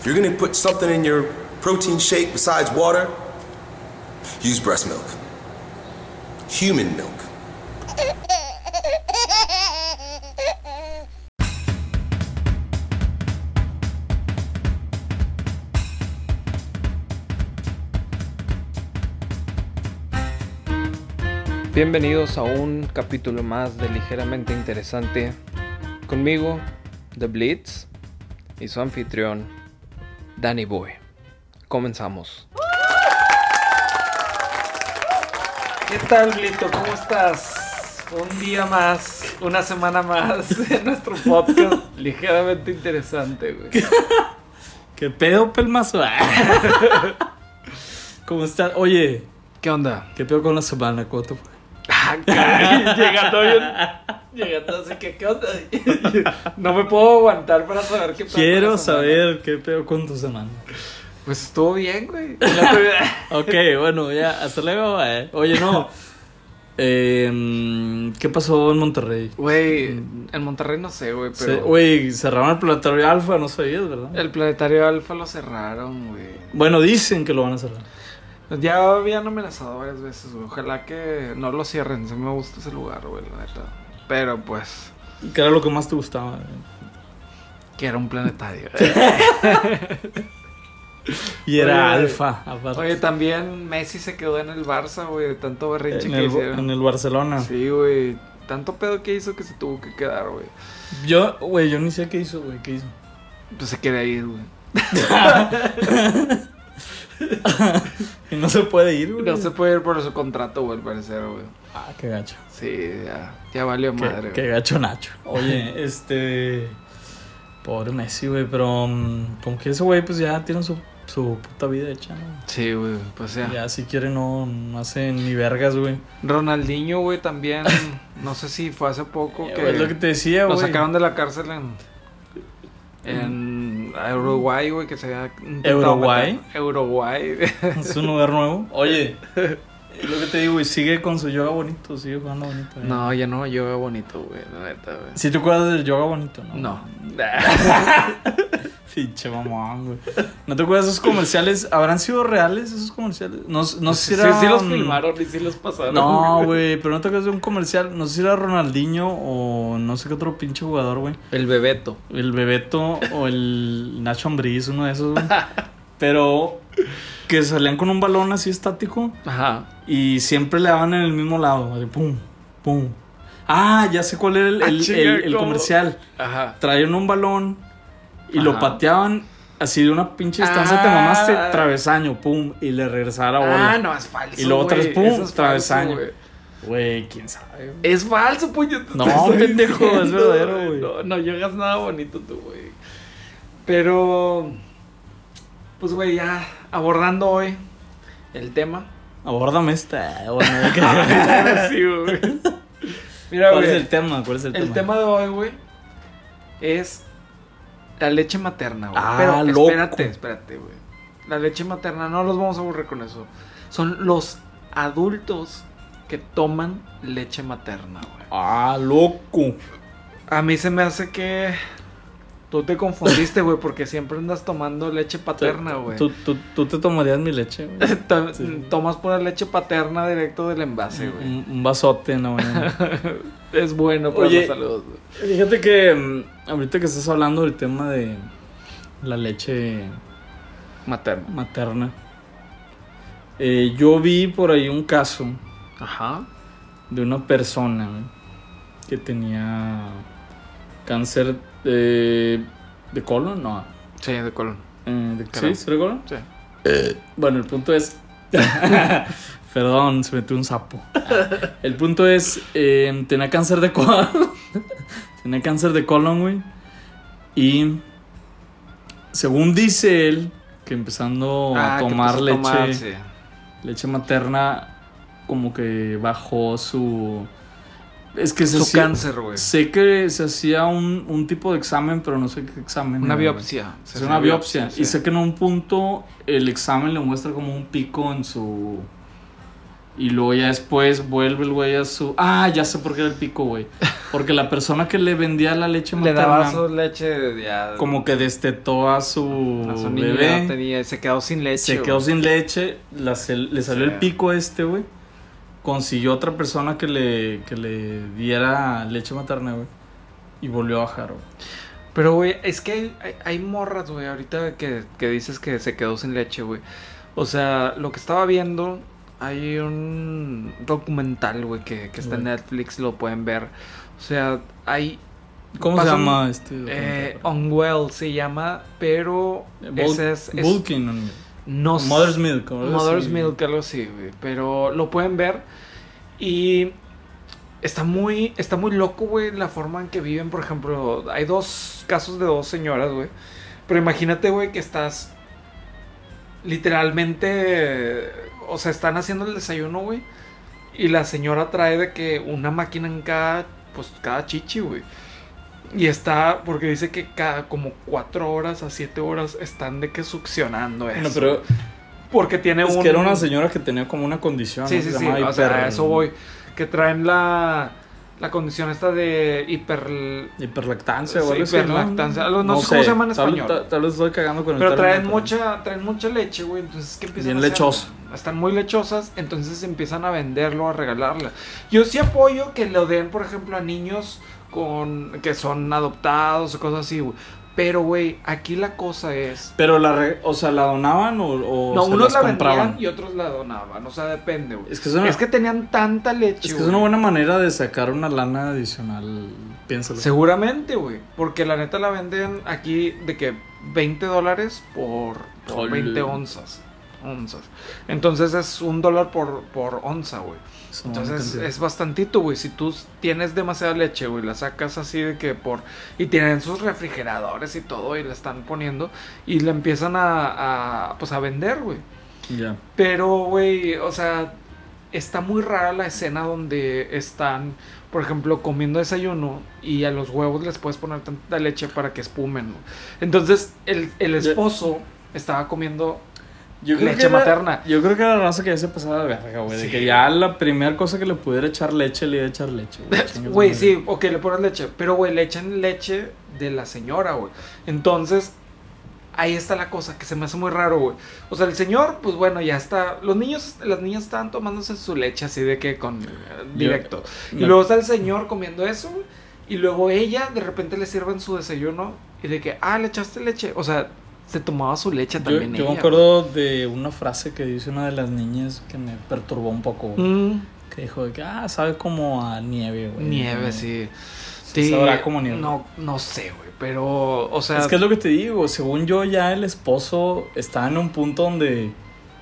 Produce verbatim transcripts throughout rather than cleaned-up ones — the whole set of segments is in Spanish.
you're gonna put something in your protein shake besides water, use breast milk. Human milk. Bienvenidos a un capítulo más de Ligeramente Interesante. Conmigo, The Blitz, y su anfitrión, Danny Boy. Comenzamos. ¿Qué tal, Blito? ¿Cómo estás? Un día más, una semana más en nuestro podcast Ligeramente Interesante, güey. ¿Qué pedo, pelmazo? ¿Cómo estás? Oye, ¿Qué onda? ¿qué pedo con la semana? ¿Cómo te fue? Ah, caray, llegando bien. Llegando así que, ¿qué onda? No me puedo aguantar para saber qué pedo. Quiero saber qué pedo con tu semana. Pues estuvo bien, güey. Ok, bueno, ya, hasta luego, eh. Oye, no. Eh, ¿Qué pasó en Monterrey? Güey, en Monterrey no sé, güey, pero... Güey, cerraron el planetario Alfa, no sabías, ¿verdad? El planetario Alfa lo cerraron, güey. Bueno, dicen que lo van a cerrar. Ya habían amenazado varias veces, güey. Ojalá que no lo cierren. Se me gusta ese lugar, güey, la neta. Pero pues... ¿Qué era lo que más te gustaba? Que era un planetario. Y era Oye, Alfa, aparte. Oye, también Messi se quedó en el Barça, güey, de tanto berrinche en que el, hicieron. en el Barcelona. Sí, güey. Tanto pedo que hizo que se tuvo que quedar, güey. Yo, güey, yo ni sé qué hizo, güey. ¿Qué hizo? Pues se quería ir, güey. Y no se puede ir, güey. No se puede ir por su contrato, güey, al parecer, güey. Ah, qué gacho. Sí, ya, ya valió Qué, madre, qué güey. gacho Nacho. Oye, este... Pobre Messi, güey, pero... um, como que ese güey, pues ya tiene su, su puta vida hecha, ¿no? Sí, güey, pues ya. Ya, si quiere, no, no hace ni vergas, güey. Ronaldinho, güey, también. No sé si fue hace poco Eh, que... güey, es lo que te decía, Lo güey. sacaron de la cárcel en... En Uruguay, güey, que se había... ¿Uruguay? meter- Uruguay. Es un lugar nuevo. Oye, es lo que te digo, güey, sigue con su yoga bonito, sigue jugando bonito. güey. No, ya no yoga bonito, güey, la neta, güey. ¿Sí te acuerdas del yoga bonito, no? No. Pinche mamón, güey. ¿No te acuerdas de esos comerciales? ¿Habrán sido reales esos comerciales? No, no sé si Sí, era... sí los um, filmaron y sí los pasaron. No, güey, pero no te acuerdas de un comercial. No sé si era Ronaldinho o no sé qué otro pinche jugador, güey. El Bebeto. El Bebeto o el Nacho Ambriz, uno de esos, güey. Pero que salían con un balón así estático Ajá. y siempre le daban en el mismo lado. Así, pum, pum. Ah, ya sé cuál era el, Ah, el, chinga, el- el ¿cómo? comercial. Ajá. Traían un balón y Ajá. lo pateaban así de una pinche distancia. Te Ah. mamaste, travesaño, pum, y le regresaba la bola. Ah, no, es falso, Y luego otra vez, güey. pum, Eso es travesaño. falso, güey. Güey, quién sabe, güey. Es falso, puñetazo. No, pendejo, es verdadero, güey. No, no llegas nada bonito tú, güey. Pero... Pues, güey, ya abordando hoy el tema. Abórdame esta. Bueno, Sí, güey. Mira, ¿Cuál güey. es el tema? ¿Cuál es el, El tema? tema de hoy, güey, es la leche materna, güey. Ah, Pero loco. espérate, espérate, güey. La leche materna, no los vamos a aburrir con eso. Son los adultos que toman leche materna, güey. Ah, loco. A mí se me hace que tú te confundiste, güey, porque siempre andas tomando leche paterna, güey. ¿Tú, tú, tú te tomarías mi leche, güey. To- Sí. Tomas pura leche paterna directo del envase, güey. Un, un vasote en la mañana. Es bueno para Oye, la salud, güey. Fíjate que mm, ahorita que estás hablando del tema de la leche Materna. materna, eh, yo vi por ahí un caso Ajá. de una persona, güey, que tenía cáncer de, de colon, no. Sí, de colon. Eh, de, Creo. ¿Sí? ¿Sí de colon? Sí. Bueno, el punto es... Perdón, se metió un sapo. El punto es, eh, tenía cáncer de colon. Tenía cáncer de colon, güey. Y según dice él, que empezando Ah, a que tomar empezó a leche, tomar, sí. leche materna, como que bajó su... Es que se Su hacía- cáncer, güey. Sé que se hacía un, un tipo de examen, pero no sé qué examen. Una era, güey. biopsia. Se Es hace una biopsia. sí. Y sé que en un punto el examen le muestra como un pico en su. Y luego ya después vuelve el güey a su... Ah, ya sé por qué era el pico, güey. Porque la persona que le vendía la leche Le materna... daba su leche ya... Como que destetó a su, a su niño, bebé. ya tenía, se quedó sin leche. Se güey. quedó sin leche. La, se- le salió Sí. el pico a este, güey. Consiguió otra persona que le, que le diera leche materna, güey. Y volvió a bajar, güey. Pero, güey, es que hay, hay, hay morras, güey, ahorita que, que dices que se quedó sin leche, güey. O sea, lo que estaba viendo, hay un documental, güey, que, que está en Güey. Netflix, lo pueden ver. O sea, hay... ¿Cómo pasa se un- llama este? Eh, documental? Unwell se llama, pero Vul- ese es... es Vulcan. no s- Mother's Milk. o algo Mother's así. Milk, algo así, güey. Pero lo pueden ver y está muy, está muy loco, güey, la forma en que viven. Por ejemplo, hay dos casos de dos señoras, güey. Pero imagínate, güey, que estás literalmente, o sea, están haciendo el desayuno, güey. Y la señora trae de que una máquina en cada, pues, cada chichi, güey. Y está, porque dice que cada como cuatro horas a siete horas están de que succionando eso. Bueno, pero Porque tiene es un... que era una señora que tenía como una condición. Sí, ¿no? sí, Se sí. llamaba O sea, hiper- a eso voy. Que traen la... La condición esta de hiper... Hiperlactancia o Sí, algo así, ¿no? hiperlactancia. No, no sé cómo se llama en Tal- español. Tal, tal vez estoy cagando con el Pero traen término, mucha, traen mucha leche, güey. Entonces, ¿qué empiezan Bien a hacer? lechoso. Están muy lechosas. Entonces empiezan a venderlo, a regalarla. Yo sí apoyo que lo den, por ejemplo, a niños con que son adoptados o cosas así, güey. Pero, güey, aquí la cosa es... Pero la, re- o sea, ¿la donaban o, o No, se unos las la compraban? vendían y otros la donaban. O sea, depende, güey. Es que es una, Es que tenían tanta leche, es que es güey. una buena manera de sacar una lana adicional, piénsalo. Seguramente, güey. Porque la neta la venden aquí de que veinte dólares por, por Jole. veinte onzas. Onzas. Entonces es un dólar por, por onza, güey. Es una buena Entonces cantidad. es bastantito, güey. Si tú tienes demasiada leche, güey, la sacas así de que por... Y tienen sus refrigeradores y todo y la están poniendo y la empiezan a, a pues a vender, güey. Ya. Pero, güey, o sea, está muy rara la escena donde están, por ejemplo, comiendo desayuno y a los huevos les puedes poner tanta leche para que espumen, ¿no? Entonces, el, el esposo estaba comiendo Yo creo leche que era- materna. Yo creo que era la raza que ya se pasaba de verga, güey. De Sí. que ya la primera cosa que le pudiera echar leche, le iba a echar leche, güey. Chingue su Güey, madre. sí, ok, le pones leche, pero, güey, le echan leche de la señora, güey. Entonces, ahí está la cosa, que se me hace muy raro, güey. O sea, el señor, pues bueno, ya está. Los niños, las niñas estaban tomándose su leche así de que con eh, directo. Y me- luego está el señor comiendo eso, güey. Y luego ella, de repente le sirven su desayuno. Y de que, ah, le echaste leche. O sea, se tomaba su leche Yo, también yo ella. me acuerdo de una frase que dice una de las niñas que me perturbó un poco, güey. Mm, Que dijo de que, ah, sabe como a nieve, güey. nieve, sí. Sí, sabrá como nieve. No, no sé, güey. Pero, o sea. Es que es lo que te digo, según yo ya el esposo estaba en un punto donde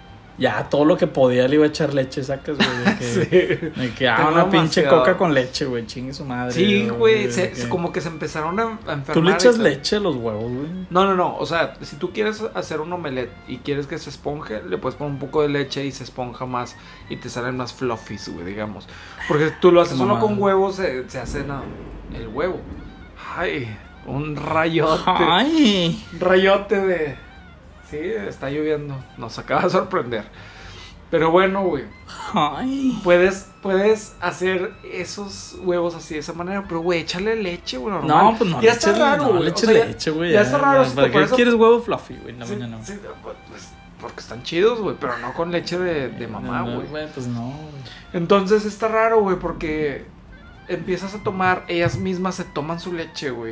ya todo lo que podía le iba a echar leche, sacas, güey. De que, Sí. de que ah, Tengo una pinche demasiado. coca con leche, güey, chingue su madre. Sí, güey, de se- que- como que se empezaron a, a enfermar. Tú le y echas tal. leche a los huevos, güey. No, no, no, o sea, si tú quieres hacer un omelette y quieres que se esponje, le puedes poner un poco de leche y se esponja más y te salen más fluffies, güey, digamos. Porque tú lo haces Qué solo mamada. con huevos, se, se hace no, el huevo. Ay, un rayote. Ay. Un rayote de... Sí, está lloviendo, nos acaba de sorprender. Pero bueno, güey. Ay. Puedes, puedes hacer esos huevos así de esa manera, pero güey, échale leche, güey, normal. No, pues no, Ya le está eches, raro, no, güey. le O eches sea, ya- leche, güey. ya está raro, ¿Para por qué eso- quieres huevo fluffy, güey, en la Sí, mañana? sí, pues, porque están chidos, güey, pero no con leche de, de mamá, No, güey. Pues no, güey. Entonces está raro, güey, porque empiezas a tomar, ellas mismas se toman su leche, güey.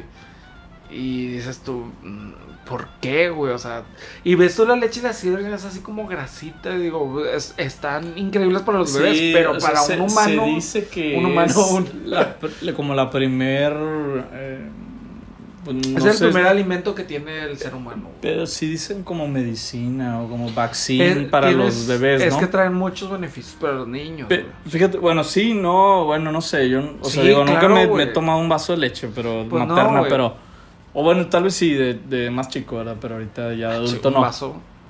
Y dices tú, mm, ¿por qué, güey? O sea, y ves tú la leche y la sirven, es así como grasita. Y digo, es- están increíbles para los bebés, Sí, pero o sea, para se- un humano. Se dice que un humano, es un- la pr- como la primer. eh, pues, es no el sé, primer alimento que tiene el ser humano, güey. Pero sí dicen como medicina o como vaccine Es- para tienes- los bebés, Es ¿no? que traen muchos beneficios para los niños. Pe- güey. Fíjate, bueno, sí, no, bueno, no sé, yo, o sea, Sí, digo, nunca claro, me, me güey. he tomado un vaso de leche, pero Pues no, materna, güey. pero, o bueno, tal vez sí, de, de más chico, ¿verdad? Pero ahorita ya de adulto un no. vaso.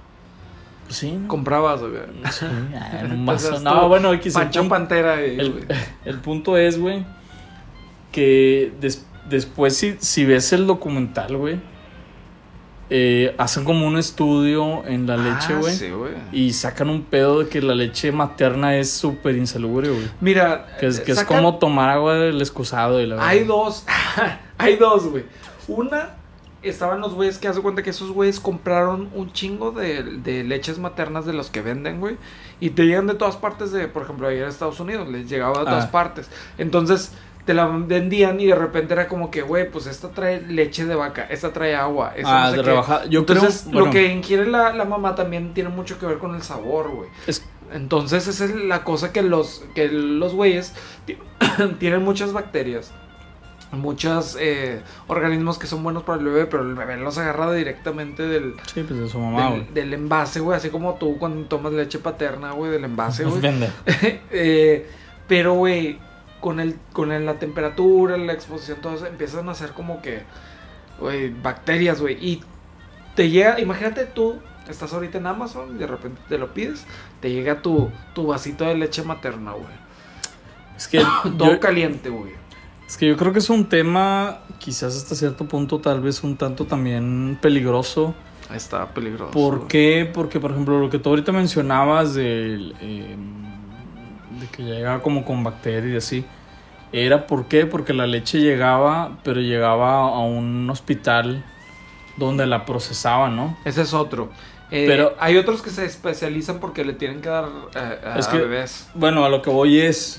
Pues sí, ¿no? Comprabas, güey. Sí, ah, en un Entonces, vaso. tú, No, bueno, X, el Pancho punto- Pantera y, El, güey. el punto es, güey, que des- después si, si ves el documental, güey, eh, hacen como un estudio en la leche, Ah, güey. sí, güey. Y sacan un pedo de que la leche materna es súper insalubre, güey. Mira, Que es, que es sacan- como tomar agua del excusado y la verdad. Hay dos, hay dos, güey. Una, estaban los güeyes que haz de cuenta que esos güeyes compraron un chingo de, de leches maternas de los que venden, güey. Y te llegan de todas partes de, por ejemplo, ahí en Estados Unidos, les llegaba de todas Ah. partes. Entonces, te la vendían y de repente era como que, güey, pues esta trae leche de vaca, esta trae agua, esta Ah, no sé de qué. rebajada. Yo Entonces, creo, bueno, lo que ingiere la, la mamá también tiene mucho que ver con el sabor, güey. es- Entonces esa es la cosa que los que los güeyes ti- tienen muchas bacterias, muchos eh, organismos que son buenos para el bebé, pero el bebé los agarra directamente del, sí, pues de su mamá, güey. del, del envase, güey, así como tú cuando tomas leche paterna, güey, del envase, güey. Vende. Eh, pero, güey, con el con el- la temperatura, la exposición, todo eso, empiezan a hacer como que, güey, bacterias, güey, y te llega, imagínate tú, estás ahorita en Amazon y de repente te lo pides, te llega tu, tu vasito de leche materna, güey. Es que Todo yo, caliente, güey. es que yo creo que es un tema, quizás hasta cierto punto, tal vez un tanto también peligroso. Está peligroso. ¿Por qué? Porque, por ejemplo, lo que tú ahorita mencionabas del, eh, de que llegaba como con bacterias y así, era ¿por qué? Porque la leche llegaba, pero llegaba a un hospital donde la procesaban, ¿no? Ese es otro. Eh, Pero- hay otros que se especializan porque le tienen que dar eh, a, Es a que- bebés. Bueno, a lo que voy es,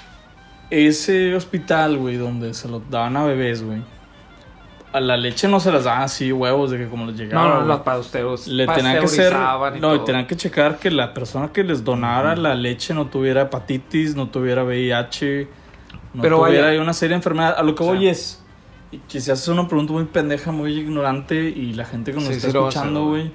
ese hospital, güey, donde se lo daban a bebés, güey, a la leche no se las daban así, huevos, de que como les llegaba. No, no, güey. los pasteuros. Le tenían que hacer, pasteurizaban y no, y todo. tenían que checar que la persona que les donara la leche no tuviera hepatitis, no tuviera V I H, no Pero tuviera vaya- ahí una serie de enfermedades. A lo que O sea- voy es, y quizás es una pregunta muy pendeja, muy ignorante, y la gente que nos Sí, está sí lo va a hacer, escuchando, güey,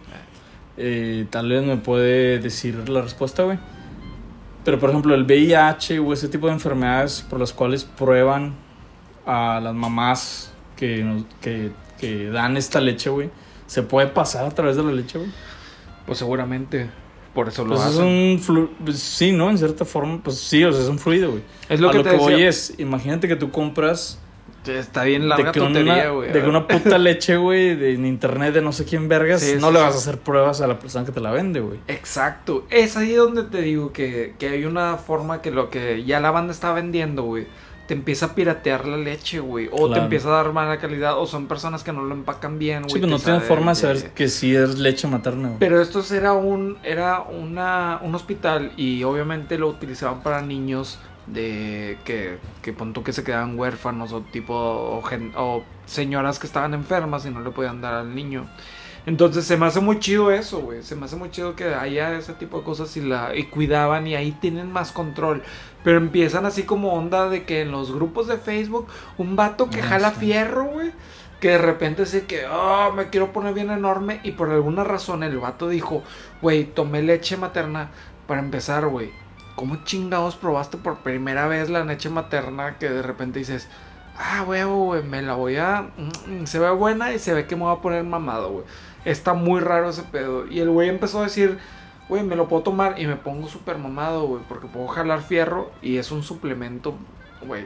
eh, tal vez me puede decir la respuesta, güey. Pero, por ejemplo, el V I H o ese tipo de enfermedades por las cuales prueban a las mamás que, nos- que, que dan esta leche, güey, ¿se puede pasar a través de la leche, güey? Pues seguramente. Por eso lo Pues es hacen. un fluido, pues sí, ¿no? En cierta forma, pues sí, o sea, es un fluido, güey. Es lo a que lo te que decía. voy es, imagínate que tú compras Está bien de larga que, tontería, una, güey. de que una puta leche, güey, de en internet de no sé quién vergas, Sí, no sí, le sí. vas a hacer pruebas a la persona que te la vende, güey. Exacto. Es ahí donde te digo que, que hay una forma que lo que ya la banda está vendiendo, güey, te empieza a piratear la leche, güey. O te Claro. empieza a dar mala calidad. O son personas que no lo empacan bien, güey. Sí, pero no te tienen sabe forma de de- saber que sí es leche materna, güey. Pero esto era un era una un hospital y obviamente lo utilizaban para niños de que que punto que se quedaban huérfanos o tipo o, gen- o señoras que estaban enfermas y no le podían dar al niño. Entonces se me hace muy chido eso, güey. Se me hace muy chido que haya ese tipo de cosas y la y cuidaban y ahí tienen más control. Pero empiezan así como onda de que en los grupos de Facebook un vato que Ah, jala sí. fierro, güey. Que de repente dice que, oh, me quiero poner bien enorme. Y por alguna razón el vato dijo, güey, tomé leche materna. Para empezar, güey, ¿cómo chingados probaste por primera vez la leche materna que de repente dices, ah, huevo, güey, me la voy a... mm, se ve buena y se ve que me voy a poner mamado, güey. Está muy raro ese pedo. Y el güey empezó a decir, güey, me lo puedo tomar y me pongo súper mamado, güey, porque puedo jalar fierro y es un suplemento, güey.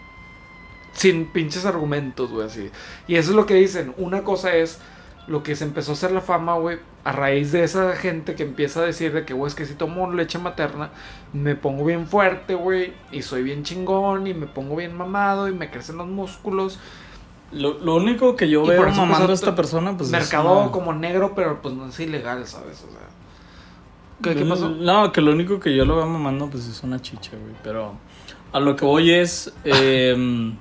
Sin pinches argumentos, güey, así. Y eso es lo que dicen. Una cosa es lo que se empezó a hacer la fama, güey, a raíz de esa gente que empieza a decir de que, güey, es que si tomo leche materna, me pongo bien fuerte, güey, y soy bien chingón, y me pongo bien mamado, y me crecen los músculos. Lo, lo único que yo Y por veo eso mamando a empezó esta persona, pues mercado es una- como negro, pero pues no es ilegal, ¿sabes? O sea, ¿qué, qué pasó? No, que lo único que yo lo veo mamando, pues es una chicha, güey. Pero a lo que voy es... eh,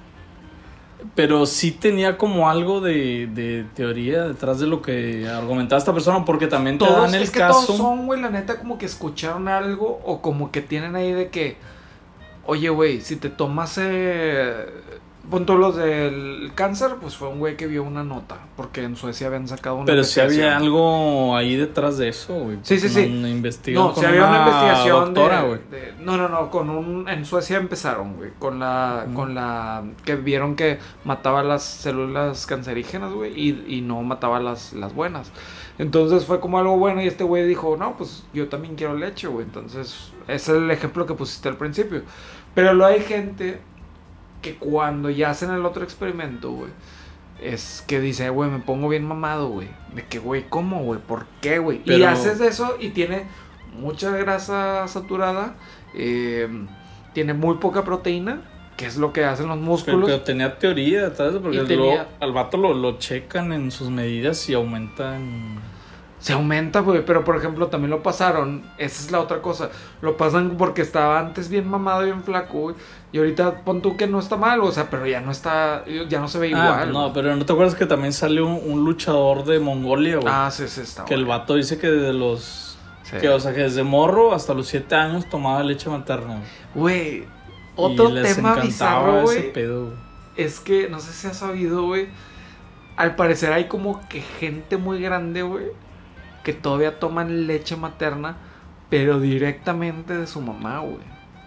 pero sí tenía como algo de, de teoría detrás de lo que argumentaba esta persona, porque también te Todos, dan el es que caso... todos son, güey, la neta, como que escucharon algo o como que tienen ahí de que, oye, güey, si te tomas, eh, punto los del cáncer, pues fue un güey que vio una nota, porque en Suecia habían sacado una Pero si había investigación. algo ahí detrás de eso, güey. Sí, sí, porque sí. No, no investigaron No, con si había una, investigación doctora, de, güey. de- no, no, no, con un en Suecia empezaron, güey, con la Mm. con la que vieron que mataba las células cancerígenas, güey, y, y no mataba las las buenas. Entonces fue como algo bueno y este güey dijo, "No, pues yo también quiero leche, güey." Entonces, ese es el ejemplo que pusiste al principio. Pero luego hay gente que cuando ya hacen el otro experimento, güey, es que dice, güey, me pongo bien mamado, güey. De que, güey, ¿cómo, güey? ¿Por qué, güey? Pero... Y haces eso y tiene mucha grasa saturada, eh, tiene muy poca proteína, que es lo que hacen los músculos. Pero, pero tenía teoría, ¿sabes? Porque tenía... lo, al vato lo, lo checan en sus medidas y aumentan... Se aumenta, güey, pero por ejemplo también lo pasaron, esa es la otra cosa, lo pasan porque estaba antes bien mamado y bien flaco, güey, y ahorita pon tú que no está mal, o sea, pero ya no está, ya no se ve igual. Ah, no, güey. pero ¿no te acuerdas que también salió un, un luchador de Mongolia, güey? Ah, sí, sí, está Que güey. el vato dice que desde los... Sí. Que, o sea, que desde morro hasta los siete años tomaba leche materna, Güey, otro y les tema encantaba bizarro, ese güey, pedo, güey. es que, no sé si has sabido, güey, al parecer hay como que gente muy grande, güey, que todavía toman leche materna, pero directamente de su mamá, güey.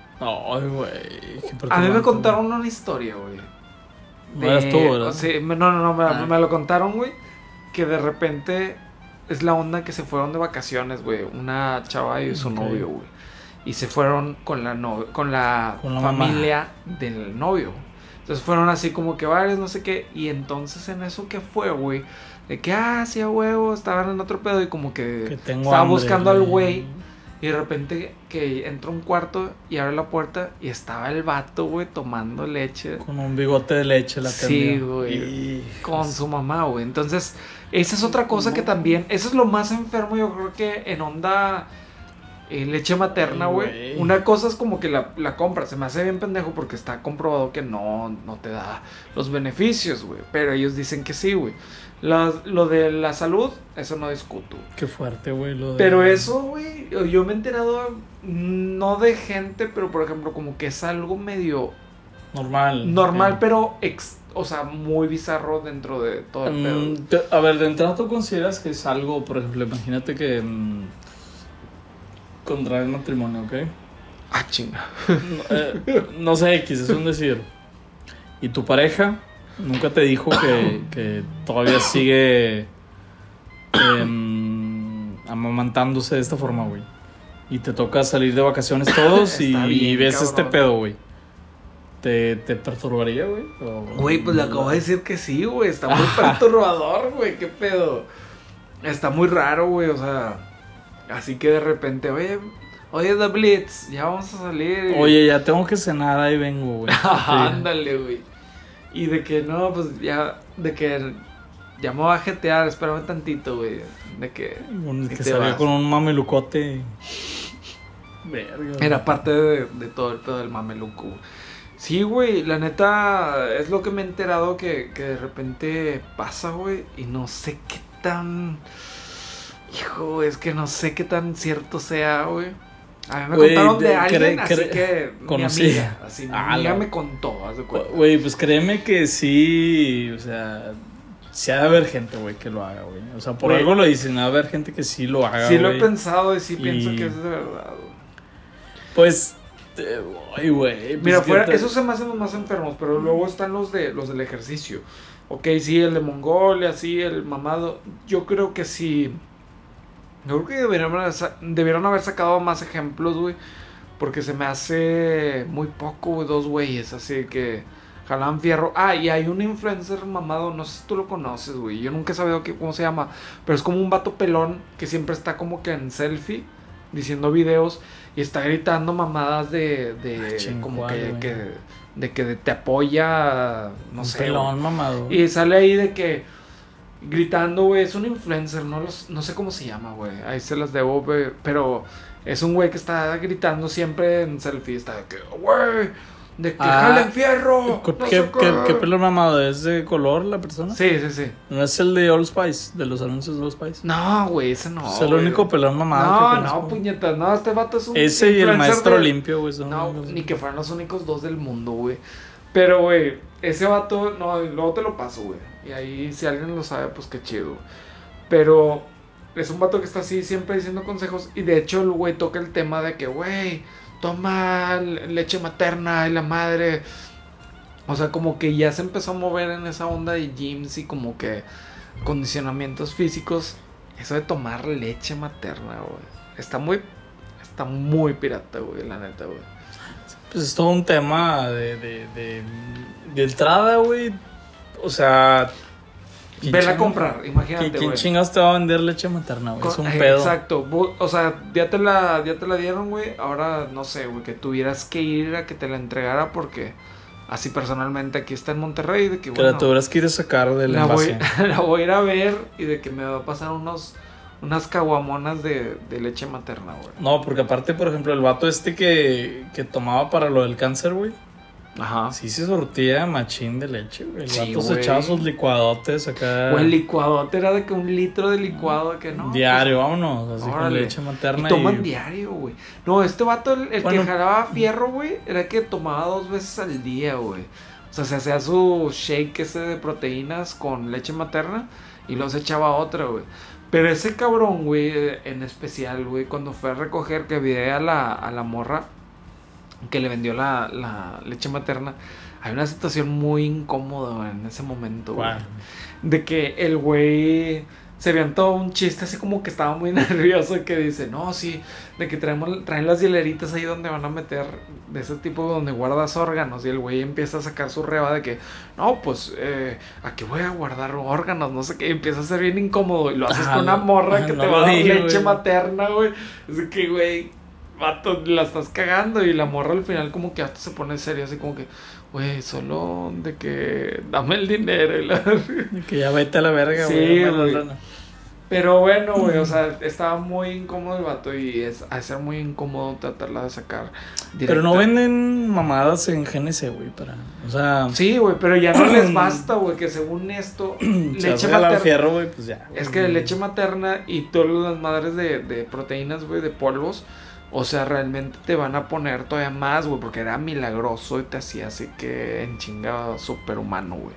Ay, güey. A mí me contaron una historia, güey. No eras tú, ¿verdad? O sea, no, no, no, me, Ah. me lo contaron, güey. Que de repente es la onda que se fueron de vacaciones, güey. Una chava y su Ok. novio, güey. Y se fueron con la no, con la Con la familia del novio. Entonces fueron así como que varios, no sé qué. Y entonces en eso que fue, güey. De que, ah, sí, a huevo, estaban en otro pedo y como que, Que tengo estaba hambre, buscando al güey. güey. Y de repente que entra a un cuarto y abre la puerta y estaba el vato, güey, tomando leche Con un bigote de leche la Sí, tenía. güey. Y- con su mamá, güey. Entonces, esa es otra cosa que también, eso es lo más enfermo, yo creo que en onda eh, leche materna, Ay, güey. güey. Una cosa es como que la, la compra, se me hace bien pendejo porque está comprobado que no, no te da los beneficios, güey. Pero ellos dicen que sí, güey. La- Lo de la salud, eso no discuto. Qué fuerte, güey. Lo de... Pero eso, güey, yo me he enterado, no de gente, pero por ejemplo, como que es algo medio Normal. normal, Eh. pero, ex, o sea, muy bizarro dentro de todo el pedo. Mm, te- a ver, de entrada tú consideras que es algo, por ejemplo, imagínate que mm, contraes matrimonio, ¿ok? Ah, chinga. No, eh, no sé, X, es un decir. Y tu pareja nunca te dijo que, que todavía sigue em, amamantándose de esta forma, güey. Y te toca salir de vacaciones todos y, Está bien, y ves cabrón. este pedo, güey. ¿Te, te perturbaría, güey? O- Güey, pues le acabo de decir que sí, güey. Está muy perturbador, güey. ¿Qué pedo? Está muy raro, güey. O sea, así que de repente, oye, oye, The Blitz, ya vamos a salir. Oye, ya tengo que cenar, ahí vengo, güey. Ándale, güey. Y de que no, pues ya, de que ya me voy a jetear, espérame tantito, güey. De que. Un- y que te salga vas. con un mamelucote. Verga. Era parte de, de todo el pedo del mameluco. Sí, güey, la neta es lo que me he enterado que, que de repente pasa, güey. Y no sé qué tan... Hijo, es que no sé qué tan cierto sea, güey. A mí me Güey, contaron de, de- alguien, cre- así cre- que mi conocí. amiga, así, mi Ah, amiga no. me contó, haz de cuenta. Güey, pues créeme que sí, o sea, sí ha de haber gente, güey, que lo haga, güey. O sea, por Güey. algo lo dicen, ha de haber gente que sí lo haga, Sí lo he güey. pensado y sí Y- pienso que es de verdad, güey. Pues, eh, ay, güey. pues Mira, que fuera, te- esos se me hacen los más enfermos, pero luego están los de los del ejercicio. Ok, sí, el de Mongolia, sí, el mamado. Yo creo que sí. Yo creo que debieron haber, sa- debieron haber sacado más ejemplos, güey. Porque se me hace muy poco, güey, dos güeyes, así que jalan fierro. Ah, y hay un influencer mamado, no sé si tú lo conoces, güey. Yo nunca he sabido qué- cómo se llama, pero es como un vato pelón que siempre está como que en selfie, diciendo videos y está gritando mamadas de, de Ah, ching, como ¿cuál, que, güey? que de que te apoya, no un sé. pelón, güey. mamado. Y sale ahí de que gritando, güey, es un influencer, no los, no sé cómo se llama, güey. Ahí se las debo, güey, pero es un güey que está gritando siempre en selfie, está de que, güey, de que Ah, jalen fierro. ¿Qué, no qué, sé qué- qué pelón mamado? ¿Es de color la persona? Sí, sí, sí. ¿No es el de Old Spice? ¿De los anuncios de Old Spice? No, güey, ese no. es el güey. único pelón mamado No, que no, conozco. puñetas, no, este vato es un Ese y el influencer maestro de- limpio, güey. son No, los- ni que fueran los únicos dos del mundo, güey. Pero, güey, ese vato, no, luego te lo paso, güey. Y ahí, si alguien lo sabe, pues qué chido. Pero es un vato que está así siempre diciendo consejos. Y de hecho, el güey toca el tema de que, güey, toma leche materna y la madre. O sea, como que ya se empezó a mover en esa onda de gyms y como que condicionamientos físicos. Eso de tomar leche materna, güey. Está muy, está muy pirata, güey, la neta, güey. Pues es todo un tema de, de, de, de entrada, güey. O sea, ¿Quién Vela a chinga- comprar, imagínate, ¿Quién, quién güey. chingados te va a vender leche materna, güey? Es un Eh, pedo. Exacto, Bu- o sea, ya te la, ya te la dieron, güey. Ahora, no sé, güey, que tuvieras que ir a que te la entregara porque así personalmente aquí está en Monterrey, de que, Que bueno, la tuvieras que ir a sacar del la voy, envase. la voy a ir a ver y de que me va a pasar unos, unas caguamonas de, de leche materna, güey. No, porque aparte, por ejemplo, el vato este que, que tomaba para lo del cáncer, güey. Ajá. Sí se surtía machín de leche, güey. El Sí, vato se güey. echaba sus licuadotes acá. O el licuadote era de que un litro de licuado, que no. Diario, vámonos, así Órale. con leche materna. Y toman y- diario, güey. No, este vato, el, el Bueno. que jalaba fierro, güey, era que tomaba dos veces al día, güey. O sea, se hacía su shake ese de proteínas con leche materna y los echaba otra, güey. Pero ese cabrón, güey, en especial, güey, cuando fue a recoger, que vi a la, a la morra que le vendió la, la leche materna, hay una situación muy incómoda, güey, en ese momento, güey. ¿Cuál? De que el güey se avientó un chiste así como que estaba muy nervioso y que dice, no, sí, de que traemos, traen las hieleritas ahí donde van a meter de ese tipo donde guardas órganos y el güey empieza a sacar su reba de que, no, pues, eh, aquí voy a guardar órganos, no sé qué, y empieza a ser bien incómodo y lo haces Ah, con una no, morra ah, que no te lo va a dar dije, leche güey. materna, güey. Es de que, güey, vato, la estás cagando y la morra al final como que hasta se pone seria, así como que, güey, solo de que dame el dinero y la... De que ya vete a la verga, Sí, güey. dame la güey. lana. Pero bueno, güey, o sea, estaba muy incómodo el vato y es a ser muy incómodo tratarla de sacar directa. Pero no venden mamadas en G N C, güey, para... O sea... Sí, güey, pero ya no les basta, güey, que según esto, Si vas leche a regalar materna... fierro, güey, pues ya. Es que leche materna y todas las madres de, de proteínas, güey, de polvos, o sea, realmente te van a poner todavía más, güey, porque era milagroso y te hacía así que en chinga superhumano, güey.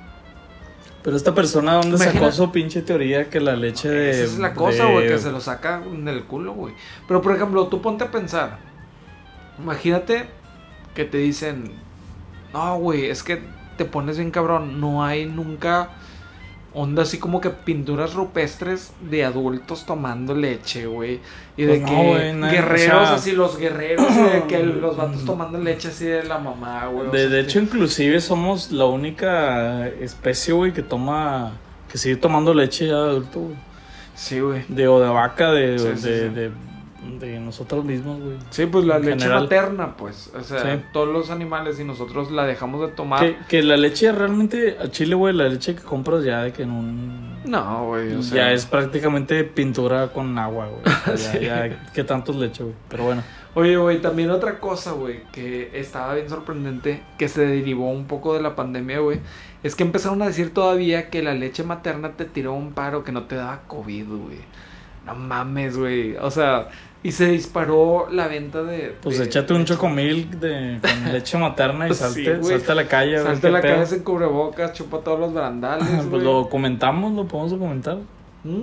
Pero esta persona, ¿dónde Imagina- sacó su pinche teoría que la leche de... Esa es la cosa, de- güey, que se lo saca del culo, güey. Pero, por ejemplo, tú ponte a pensar. Imagínate que te dicen, no, güey, es que te pones bien cabrón. No hay nunca onda así como que pinturas rupestres de adultos tomando leche, güey. Y de Pues no, que güey, no, guerreros, o sea- así los guerreros, y de que los vatos tomando leche así de la mamá, güey. o De, sea, de que- hecho, inclusive somos la única especie, güey, que toma... Que sigue tomando leche ya de adulto, güey. Sí, güey. De, o de vaca, de, Sí, sí, de, sí. de, de nosotros mismos, güey. Sí, pues la En leche general. materna, pues. O sea, Sí. todos los animales y nosotros la dejamos de tomar. Que, que la leche realmente, a Chile, güey, la leche que compras ya de que en un... No, güey, o sea. ya es prácticamente pintura con agua, güey. O sea, Sí. ya, ya, ¿qué tanto es leche, güey? Pero bueno. Oye, güey, también otra cosa, güey, que estaba bien sorprendente, que se derivó un poco de la pandemia, güey, es que empezaron a decir todavía que la leche materna te tiró un paro, que no te daba COVID, güey. No mames, güey. O sea, y se disparó la venta de... Pues de- échate un chocomilk de, con leche materna y Sí, salte, güey. salte a la calle. a ver Salte qué a la pedo. calle sin cubrebocas, chupa todos los barandales, Pues güey. lo comentamos, lo podemos comentar. ¿Mm?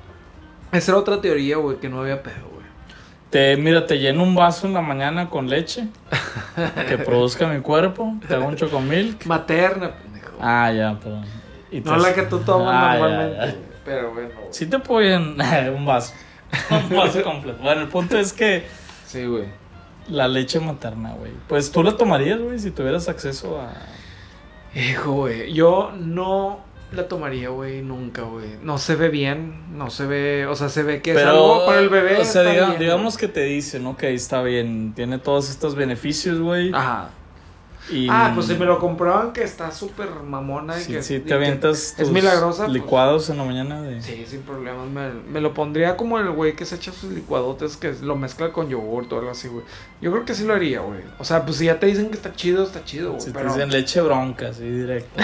Esa era otra teoría, güey, que no había pedo, güey. Te, mira, te lleno un vaso en la mañana con leche que produzca mi cuerpo, te hago un chocomilk. Materna, pendejo. Ah, ya, perdón. Y no te- la que tú tomas Ah, ya, normalmente, ya. güey, pero bueno, güey. Sí te apoyan un vaso. Un vaso completo. Bueno, el punto es que Sí, güey. la leche materna, güey. Pues tú la tomarías, güey, si tuvieras acceso a... Hijo, güey, yo no la tomaría, güey, nunca, güey. No se ve bien, no se ve, o sea, se ve que es algo para el bebé. O sea, está diga- bien, digamos que te dicen, ok, está bien, tiene todos estos beneficios, güey. güey. Ajá. Y Ah, pues si me lo comproban que está súper mamona y si, que, si y te que avientas es tus milagrosa, pues, licuados en la mañana de... sí, sin problemas. Me, me lo pondría como el güey que se echa sus licuadotes, que lo mezcla con yogur o algo así, güey. Yo creo que sí lo haría, güey. O sea, pues si ya te dicen que está chido, está chido, güey. Si te pero... dicen leche bronca, así directo.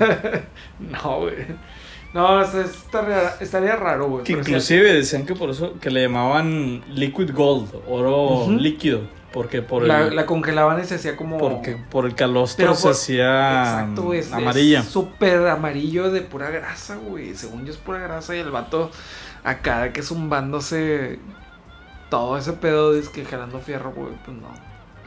No, güey. No, o sea, estaría, estaría raro, güey. Que pero sí- inclusive decían que por eso que le llamaban liquid gold, oro Ujú. líquido, porque por el la, la congelaban y se hacía como... porque por el calostro Pero se por- hacía Exacto, güey. es- amarilla. Es súper amarillo de pura grasa, güey. Según yo es pura grasa y el vato acá que zumbándose todo ese pedo de que jalando fierro, güey. Pues no.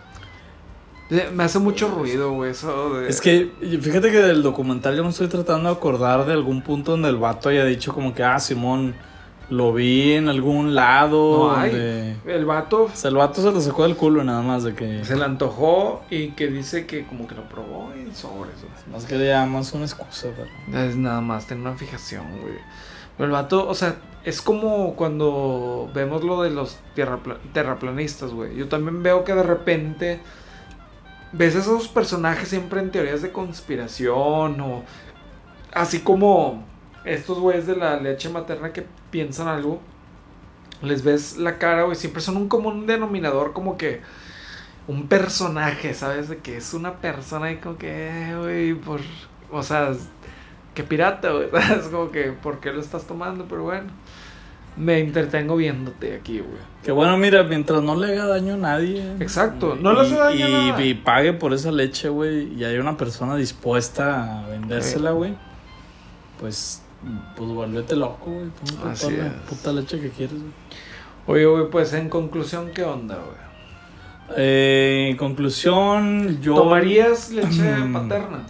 Eh, Me hace mucho ruido, güey, eso de... Es que fíjate que del documental yo me estoy tratando de acordar de algún punto donde el vato haya dicho como que, ah, Simón, Lo vi en algún lado. No hay. Donde... El vato O sea, el vato se lo sacó del culo nada más de que... se le antojó y que dice que como que lo probó y sobre eso. Más que ya más una excusa, pero... Es nada más tener una fijación, güey. Pero el vato, o sea, es como cuando vemos lo de los tierrapla- terraplanistas, güey. Yo también veo que de repente ves a esos personajes siempre en teorías de conspiración o así como estos güeyes de la leche materna que piensan algo. Les ves la cara, güey, siempre son un común denominador, como que un personaje, ¿sabes? De que es una persona y como que, eh, güey, por... O sea, que pirata, güey, es como que, ¿por qué lo estás tomando? Pero bueno, me entretengo viéndote aquí, güey. Que bueno, mira, mientras no le haga daño a nadie. Exacto, no le hace daño a y, nada. y pague por esa leche, güey, y hay una persona dispuesta a vendérsela, güey, pues, pues vuélvete loco, güey. Toma Así toda la es. puta leche que quieres, güey. Oye, güey, pues en conclusión, ¿qué onda, güey? Eh, en conclusión, yo... ¿Tomarías leche paterna?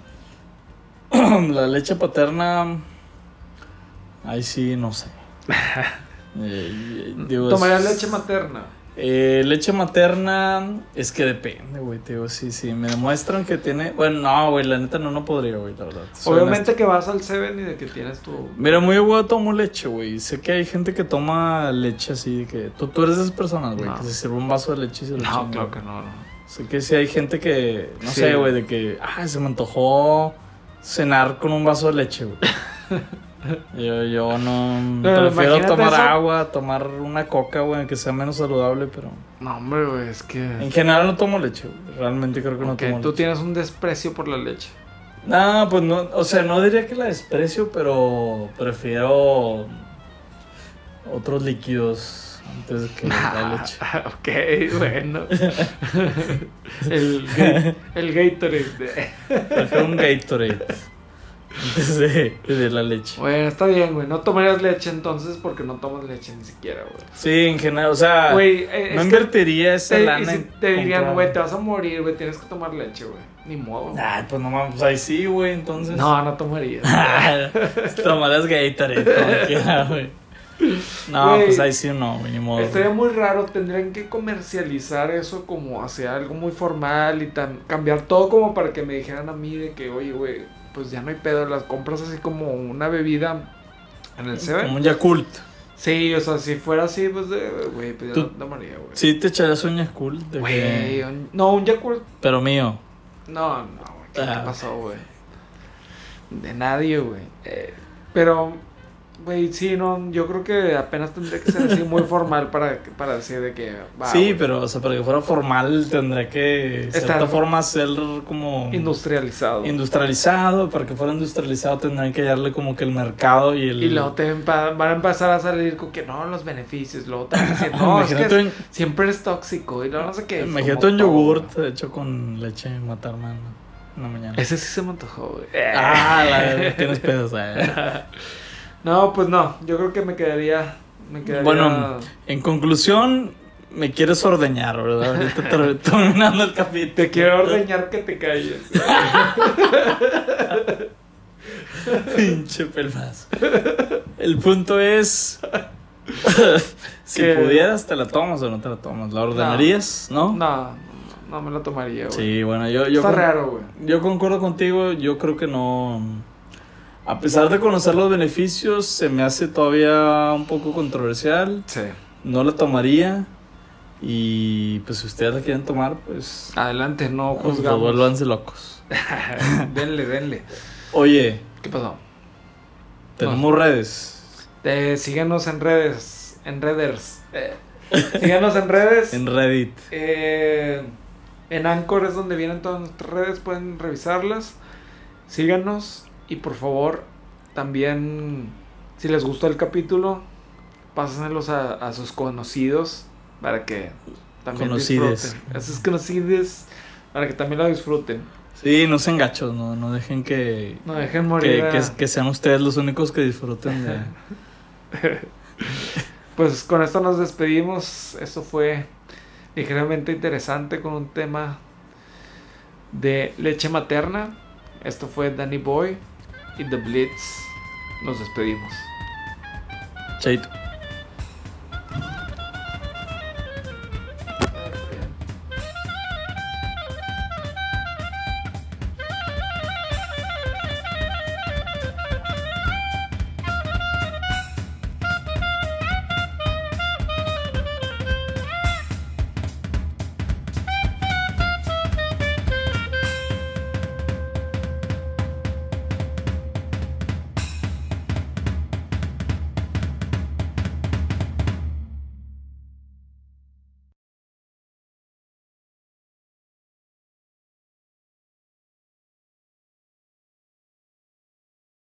La leche paterna... Ahí sí, no sé. Eh, digo, ¿Tomarías es- leche materna? Eh, leche materna es que depende, güey, te digo, sí, sí, me demuestran que tiene... Bueno, no, güey, la neta no, no podría, güey, la verdad. soy Obviamente honesto. que vas al Seven y de que tienes tu... Mira, muy güey, tomo leche, güey. Sé que hay gente que toma leche así, que... Tú, tú eres de esas personas, güey, No. que se sirve un vaso de leche y se lo No, chinga, claro güey. que no, no. Sé que sí hay gente que... No Sí. sé, güey, de que... Ah, se me antojó cenar con un vaso de leche, güey. Yo, yo no... Pero prefiero imagínate tomar eso. agua, tomar una coca, güey, que sea menos saludable, pero... No, hombre, güey, es que... En general no tomo leche, güey. Realmente creo que no Ok, tomo tú leche. tienes un desprecio por la leche. No, pues no, o sea, no diría que la desprecio, pero prefiero otros líquidos antes que la leche. Ok, bueno. el, ga- el Gatorade. Prefiero un Gatorade antes de, de la leche. Bueno, está bien, güey. No tomarías leche entonces porque no tomas leche ni siquiera, güey. Sí, en general, o sea, Güey, eh, no es que invertiría esa te, y lana si en te dirían, comprar- güey, te vas a morir, güey, tienes que tomar leche, güey. Ni modo. Ay, pues no mames, pues ahí sí, güey, entonces. No, no tomarías. Tomarás Gatorade, como quiera, güey. No, Güey, pues ahí sí no, güey, ni modo. Estaría muy raro, tendrían que comercializar eso como hacia algo muy formal y tan, cambiar todo como para que me dijeran a mí de que, oye, güey, pues ya no hay pedo, las compras así como una bebida en el Como Seven. un Yakult. Sí, o sea, si fuera así, pues, de, güey, pues ya Tú- no tomaría, güey. Sí, te echarías un Yakult. de Güey, que- un- no, un Yakult, Pero mío. no, no, güey, ¿qué Ah. te pasó, güey? De nadie, güey. Eh, pero, güey, sí, no, yo creo que apenas tendría que ser así muy formal para, para decir de que va, sí, güey. pero, o sea, para que fuera formal tendría que, de Estar cierta forma, ser como... Industrializado. Industrializado. Para que fuera industrializado tendrían que darle como que el mercado y el... Y luego te empa- van a empezar a salir con que no, los beneficios. Luego te van a decir, no, es Imagínate que un- siempre es tóxico. Y luego no sé qué. es Imagínate como un todo. yogurt hecho con leche materna en la mañana. Ese sí se me antojó, güey. Ah, la, tienes pedos, eh. No, pues no. Yo creo que me quedaría. Me quedaría. Bueno, en conclusión, me quieres ordeñar, ¿verdad? Ahorita ter- terminando el capítulo. te quiero ordeñar que te calles. Pinche pelmazo. El punto es... si Que- pudieras, ¿te la tomas o no te la tomas? ¿La ordenarías? ¿No? No, no, no me lo tomaría, güey. Sí, bueno, yo... yo Está con- raro, güey. Yo concuerdo contigo, yo creo que no... A pesar de conocer los beneficios, se me hace todavía un poco controversial. Sí. No la tomaría. Y pues si ustedes la quieren tomar, pues... Adelante, no pues juzgamos. vuélvanse locos. denle, denle. Oye, ¿Qué pasó? tenemos redes. Eh, síganos en redes. En redders. Eh, síganos en redes. En Reddit. Eh, en Anchor es donde vienen todas nuestras redes. Pueden revisarlas. Síganos. Y por favor, también, si les gustó el capítulo, pásenlos a, a sus conocidos para que también Conocides. disfruten. A sus conocidos para que también lo disfruten. Sí, no sean gachos, no, no dejen que, No dejen morir. que, a- que, que sean ustedes los únicos que disfruten de... Pues con esto nos despedimos. Esto fue ligeramente interesante con un tema de leche materna. Esto fue Danny Boy y The Blitz. Nos despedimos. Chaito.